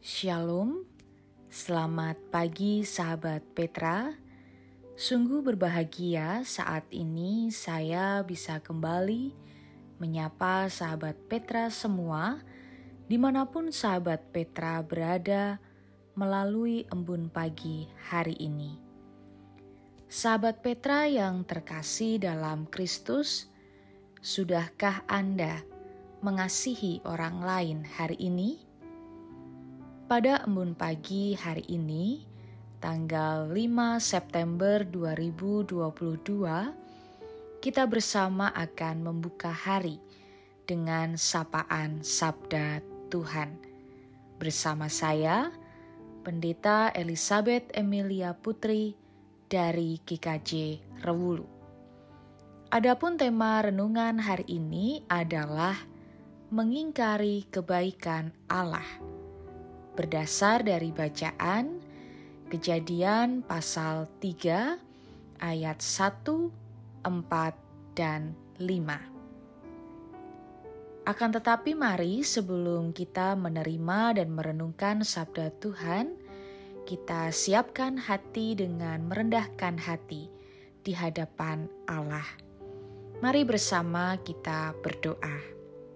Shalom, selamat pagi sahabat Petra. Sungguh berbahagia saat ini saya bisa kembali menyapa sahabat Petra semua dimanapun sahabat Petra berada melalui embun pagi hari ini. Sahabat Petra yang terkasih dalam Kristus, sudahkah Anda mengasihi orang lain hari ini? Pada embun pagi hari ini, tanggal 5 September 2022, kita bersama akan membuka hari dengan sapaan Sabda Tuhan. Bersama saya, Pendeta Elizabeth Emilia Putri dari GKJ Rewulu. Adapun tema renungan hari ini adalah mengingkari kebaikan Allah. Berdasar dari bacaan Kejadian pasal 3 ayat 1, 4, dan 5. Akan tetapi mari sebelum kita menerima dan merenungkan sabda Tuhan, kita siapkan hati dengan merendahkan hati di hadapan Allah. Mari bersama kita berdoa.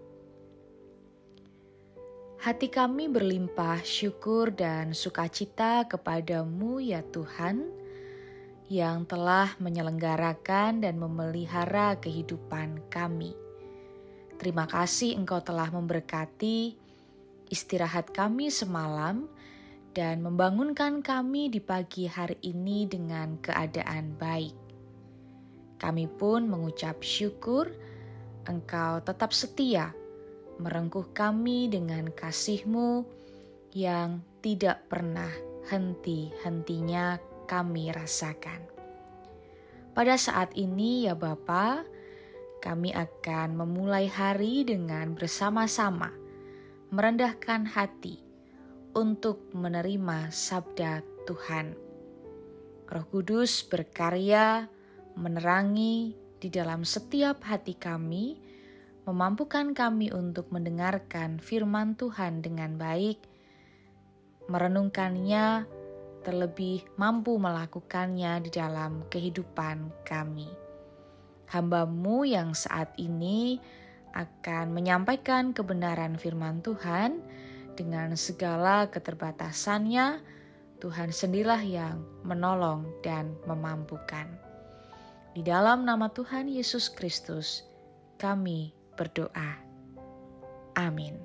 Hati kami berlimpah syukur dan sukacita kepadamu ya Tuhan, yang telah menyelenggarakan dan memelihara kehidupan kami. Terima kasih Engkau telah memberkati istirahat kami semalam dan membangunkan kami di pagi hari ini dengan keadaan baik. Kami pun mengucap syukur Engkau tetap setia merengkuh kami dengan kasih-Mu yang tidak pernah henti-hentinya kami rasakan. Pada saat ini ya Bapa, kami akan memulai hari dengan bersama-sama merendahkan hati untuk menerima sabda Tuhan. Roh Kudus berkarya menerangi di dalam setiap hati kami, memampukan kami untuk mendengarkan firman Tuhan dengan baik, merenungkannya, terlebih mampu melakukannya di dalam kehidupan kami. Hamba-Mu yang saat ini akan menyampaikan kebenaran firman Tuhan dengan segala keterbatasannya, Tuhan sendirilah yang menolong dan memampukan. Di dalam nama Tuhan Yesus Kristus, kami berdoa. Amin.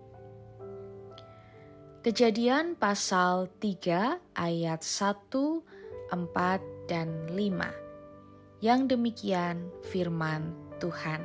Kejadian pasal 3 ayat 1, 4, dan 5. Yang demikian firman Tuhan.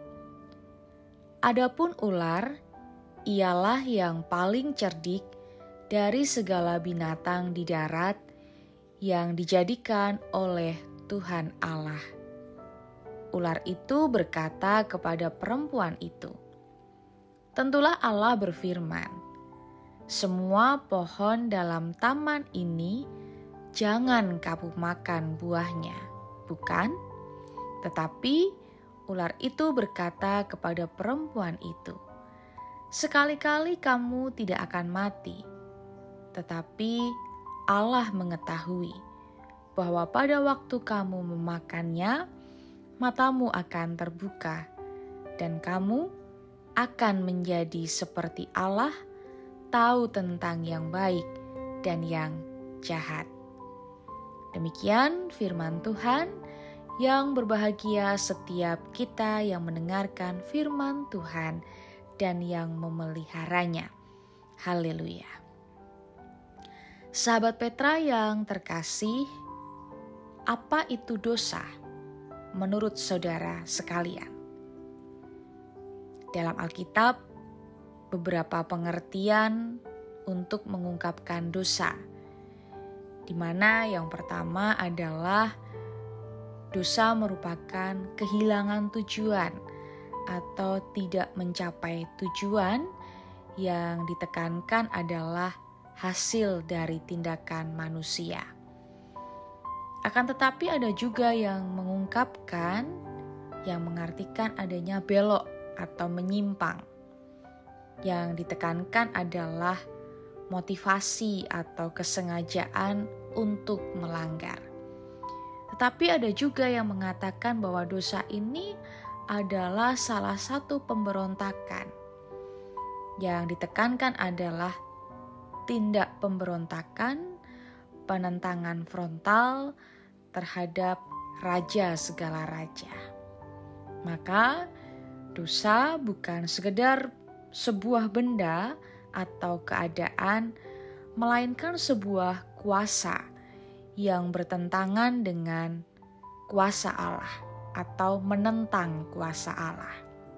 Adapun ular, ialah yang paling cerdik dari segala binatang di darat yang dijadikan oleh Tuhan Allah. Ular itu berkata kepada perempuan itu, "Tentulah Allah berfirman, semua pohon dalam taman ini jangan kamu makan buahnya, bukan?" Tetapi ular itu berkata kepada perempuan itu, "Sekali-kali kamu tidak akan mati, tetapi Allah mengetahui bahwa pada waktu kamu memakannya, matamu akan terbuka, dan kamu akan menjadi seperti Allah, tahu tentang yang baik dan yang jahat." Demikian firman Tuhan. Yang berbahagia setiap kita yang mendengarkan firman Tuhan dan yang memeliharanya. Haleluya. Sahabat Petra yang terkasih, apa itu dosa menurut saudara sekalian? Dalam Alkitab, beberapa pengertian untuk mengungkapkan dosa, di mana yang pertama adalah dosa merupakan kehilangan tujuan atau tidak mencapai tujuan. Yang ditekankan adalah hasil dari tindakan manusia. Akan tetapi ada juga yang mengungkapkan, yang mengartikan adanya belok atau menyimpang. Yang ditekankan adalah motivasi atau kesengajaan untuk melanggar. Tetapi ada juga yang mengatakan bahwa dosa ini adalah salah satu pemberontakan. Yang ditekankan adalah tindak pemberontakan, penentangan frontal terhadap raja segala raja. Maka dosa bukan sekedar sebuah benda atau keadaan, melainkan sebuah kuasa yang bertentangan dengan kuasa Allah atau menentang kuasa Allah.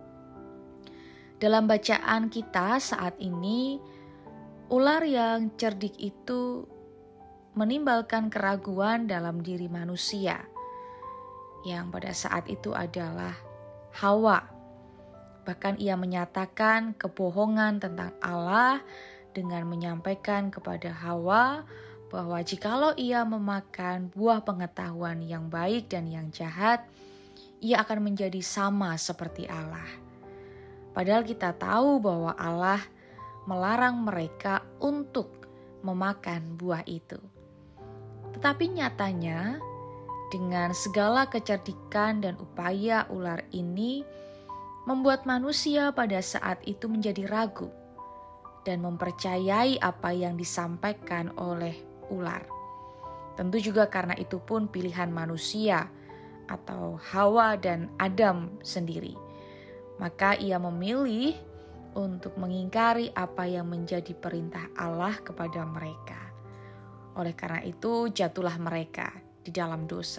Dalam bacaan kita saat ini, ular yang cerdik itu menimbulkan keraguan dalam diri manusia, yang pada saat itu adalah Hawa. Bahkan ia menyatakan kebohongan tentang Allah dengan menyampaikan kepada Hawa bahwa jikalau ia memakan buah pengetahuan yang baik dan yang jahat, ia akan menjadi sama seperti Allah. Padahal kita tahu bahwa Allah melarang mereka untuk memakan buah itu. Tetapi nyatanya, dengan segala kecerdikan dan upaya ular ini membuat manusia pada saat itu menjadi ragu dan mempercayai apa yang disampaikan oleh ular. Tentu juga karena itu pun pilihan manusia atau Hawa dan Adam sendiri. Maka ia memilih untuk mengingkari apa yang menjadi perintah Allah kepada mereka. Oleh karena itu jatuhlah mereka di dalam dosa.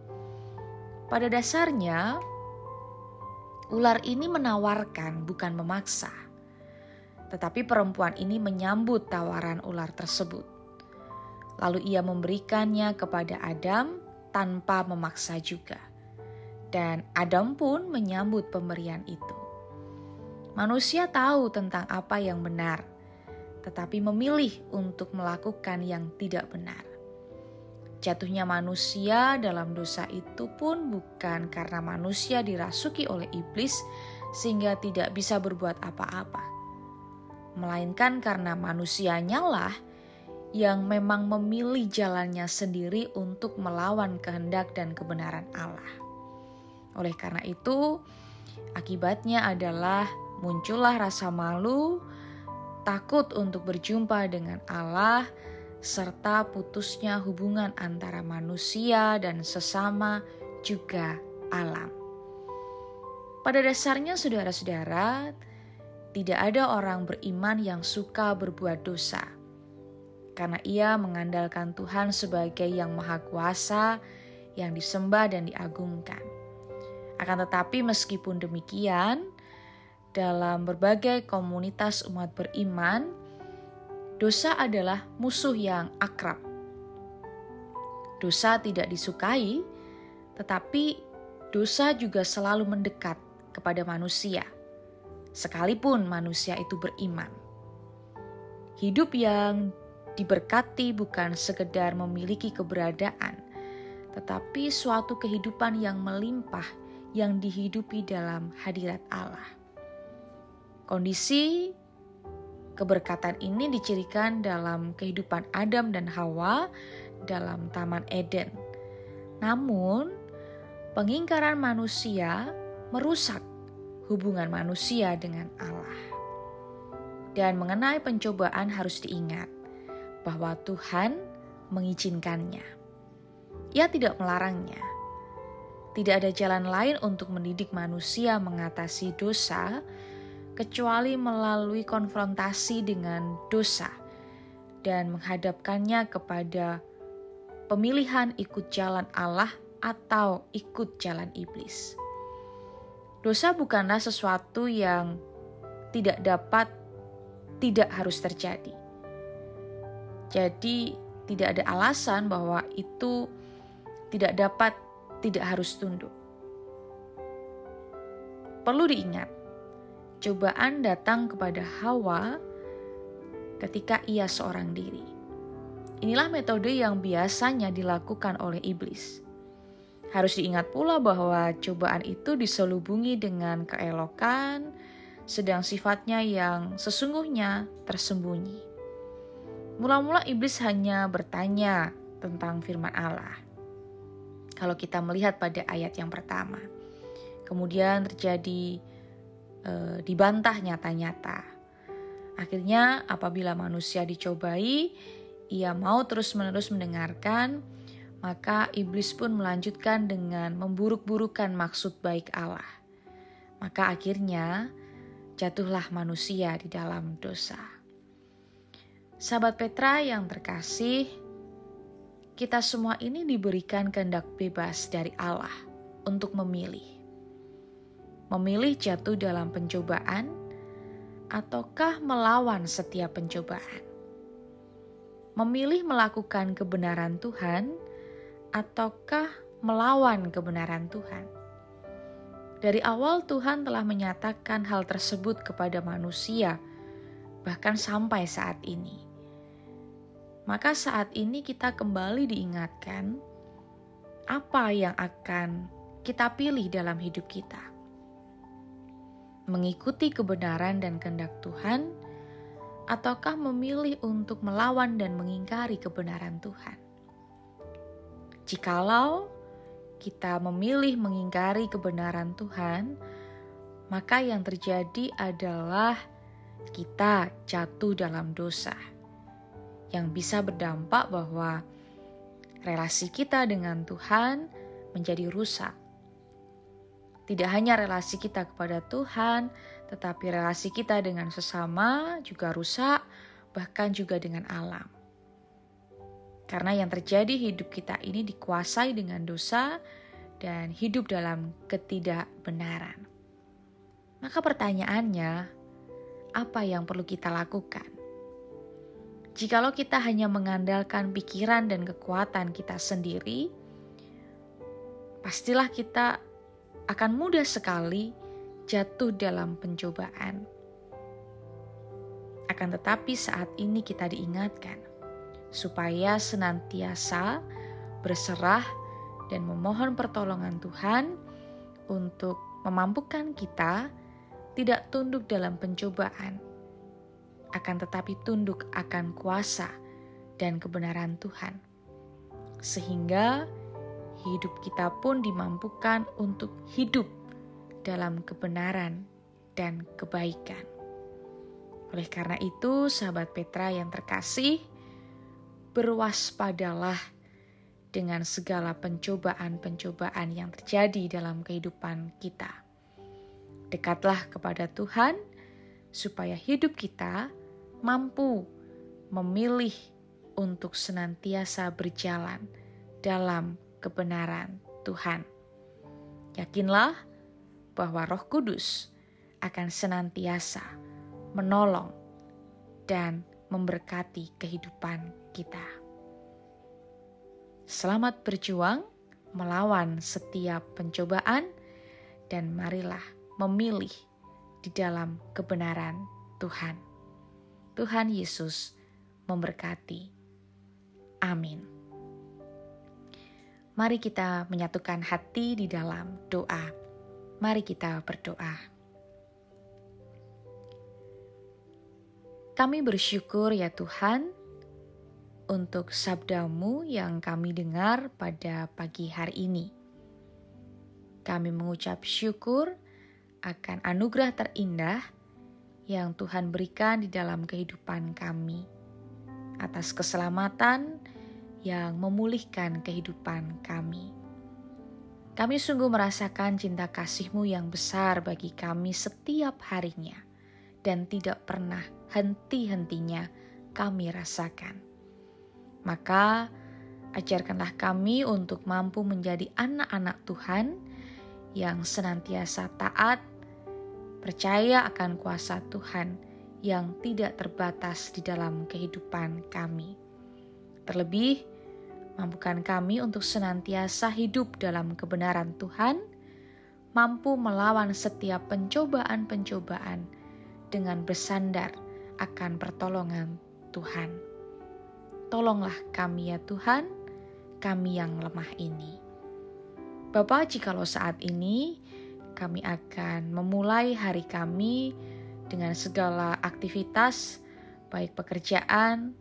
Pada dasarnya, ular ini menawarkan bukan memaksa. Tetapi perempuan ini menyambut tawaran ular tersebut. Lalu ia memberikannya kepada Adam tanpa memaksa juga. Dan Adam pun menyambut pemberian itu. Manusia tahu tentang apa yang benar, tetapi memilih untuk melakukan yang tidak benar. Jatuhnya manusia dalam dosa itu pun bukan karena manusia dirasuki oleh iblis sehingga tidak bisa berbuat apa-apa. Melainkan karena manusianya lah yang memang memilih jalannya sendiri untuk melawan kehendak dan kebenaran Allah. Oleh karena itu, akibatnya adalah muncullah rasa malu, takut untuk berjumpa dengan Allah, serta putusnya hubungan antara manusia dan sesama juga alam. Pada dasarnya saudara-saudara, tidak ada orang beriman yang suka berbuat dosa, karena ia mengandalkan Tuhan sebagai yang maha kuasa, yang disembah dan diagungkan. Akan tetapi meskipun demikian, dalam berbagai komunitas umat beriman, dosa adalah musuh yang akrab. Dosa tidak disukai, tetapi dosa juga selalu mendekat kepada manusia, sekalipun manusia itu beriman. Hidup yang diberkati bukan sekedar memiliki keberadaan, tetapi suatu kehidupan yang melimpah yang dihidupi dalam hadirat Allah. Kondisi keberkatan ini dicirikan dalam kehidupan Adam dan Hawa dalam Taman Eden. Namun, pengingkaran manusia merusak hubungan manusia dengan Allah. Dan mengenai pencobaan harus diingat bahwa Tuhan mengizinkannya. Ia tidak melarangnya. Tidak ada jalan lain untuk mendidik manusia mengatasi dosa kecuali melalui konfrontasi dengan dosa dan menghadapkannya kepada pemilihan ikut jalan Allah atau ikut jalan iblis. Dosa bukanlah sesuatu yang tidak harus terjadi. Jadi tidak ada alasan bahwa itu tidak harus tunduk. Perlu diingat, cobaan datang kepada Hawa ketika ia seorang diri. Inilah metode yang biasanya dilakukan oleh iblis. Harus diingat pula bahwa cobaan itu diselubungi dengan keelokan, sedang sifatnya yang sesungguhnya tersembunyi. Mula-mula iblis hanya bertanya tentang firman Allah. Kalau kita melihat pada ayat yang pertama. Kemudian terjadi dibantah nyata-nyata. Akhirnya apabila manusia dicobai, ia mau terus-menerus mendengarkan, maka iblis pun melanjutkan dengan memburuk-burukan maksud baik Allah. Maka akhirnya jatuhlah manusia di dalam dosa. Sahabat Petra yang terkasih, kita semua ini diberikan kehendak bebas dari Allah untuk memilih. Memilih jatuh dalam pencobaan ataukah melawan setiap pencobaan. Memilih melakukan kebenaran Tuhan ataukah melawan kebenaran Tuhan. Dari awal Tuhan telah menyatakan hal tersebut kepada manusia, bahkan sampai saat ini. Maka saat ini kita kembali diingatkan apa yang akan kita pilih dalam hidup kita. Mengikuti kebenaran dan kehendak Tuhan, ataukah memilih untuk melawan dan mengingkari kebenaran Tuhan? Jikalau kita memilih mengingkari kebenaran Tuhan, maka yang terjadi adalah kita jatuh dalam dosa, yang bisa berdampak bahwa relasi kita dengan Tuhan menjadi rusak. Tidak hanya relasi kita kepada Tuhan, tetapi relasi kita dengan sesama juga rusak, bahkan juga dengan alam. Karena yang terjadi hidup kita ini dikuasai dengan dosa dan hidup dalam ketidakbenaran. Maka pertanyaannya, apa yang perlu kita lakukan? Jikalau kita hanya mengandalkan pikiran dan kekuatan kita sendiri, pastilah kita akan mudah sekali jatuh dalam pencobaan. Akan tetapi saat ini kita diingatkan supaya senantiasa berserah dan memohon pertolongan Tuhan untuk memampukan kita tidak tunduk dalam pencobaan, akan tetapi tunduk akan kuasa dan kebenaran Tuhan. Sehingga hidup kita pun dimampukan untuk hidup dalam kebenaran dan kebaikan. Oleh karena itu, sahabat Petra yang terkasih, berwaspadalah dengan segala pencobaan-pencobaan yang terjadi dalam kehidupan kita. Dekatlah kepada Tuhan, supaya hidup kita mampu memilih untuk senantiasa berjalan dalam kebenaran Tuhan. Yakinlah bahwa Roh Kudus akan senantiasa menolong dan memberkati kehidupan kita. Selamat berjuang melawan setiap pencobaan dan marilah memilih di dalam kebenaran Tuhan. Tuhan Yesus memberkati. Amin. Mari kita menyatukan hati di dalam doa. Mari kita berdoa. Kami bersyukur ya Tuhan untuk sabda-Mu yang kami dengar pada pagi hari ini. Kami mengucap syukur akan anugerah terindah yang Tuhan berikan di dalam kehidupan kami, atas keselamatan yang memulihkan kehidupan kami. Kami sungguh merasakan cinta kasih-Mu yang besar bagi kami setiap harinya, dan tidak pernah henti-hentinya kami rasakan. Maka ajarkanlah kami untuk mampu menjadi anak-anak Tuhan yang senantiasa taat, percaya akan kuasa Tuhan yang tidak terbatas di dalam kehidupan kami. Terlebih, mampukan kami untuk senantiasa hidup dalam kebenaran Tuhan, mampu melawan setiap pencobaan-pencobaan dengan bersandar akan pertolongan Tuhan. Tolonglah kami ya Tuhan, kami yang lemah ini. Bapa, jikalau saat ini kami akan memulai hari kami dengan segala aktivitas, baik pekerjaan,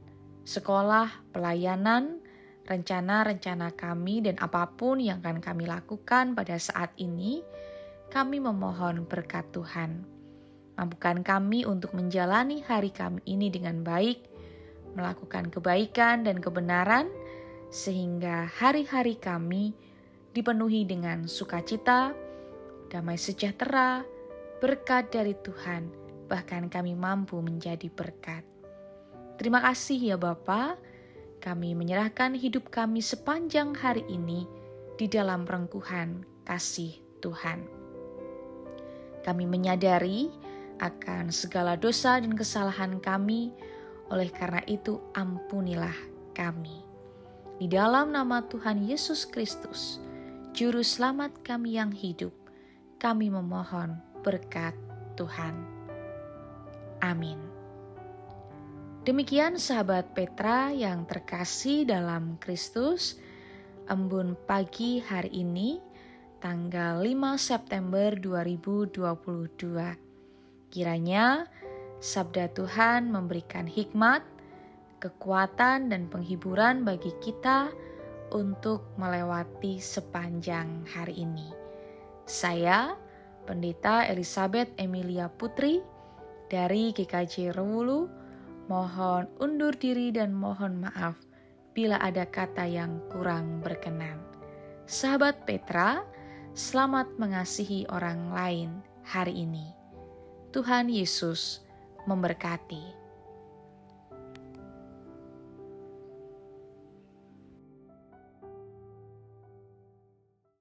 sekolah, pelayanan, rencana-rencana kami dan apapun yang akan kami lakukan pada saat ini, kami memohon berkat Tuhan. Mampukan kami untuk menjalani hari kami ini dengan baik, melakukan kebaikan dan kebenaran, sehingga hari-hari kami dipenuhi dengan sukacita, damai sejahtera, berkat dari Tuhan, bahkan kami mampu menjadi berkat. Terima kasih ya Bapa, kami menyerahkan hidup kami sepanjang hari ini di dalam rengkuhan kasih Tuhan. Kami menyadari akan segala dosa dan kesalahan kami, oleh karena itu ampunilah kami. Di dalam nama Tuhan Yesus Kristus, Juru Selamat kami yang hidup, kami memohon berkat Tuhan. Amin. Demikian sahabat Petra yang terkasih dalam Kristus, embun pagi hari ini, tanggal 5 September 2022. Kiranya sabda Tuhan memberikan hikmat, kekuatan, dan penghiburan bagi kita untuk melewati sepanjang hari ini. Saya, Pendeta Elizabeth Emilia Putri dari GKJ Rewulu, mohon undur diri dan mohon maaf bila ada kata yang kurang berkenan. Sahabat Petra, selamat mengasihi orang lain hari ini. Tuhan Yesus memberkati.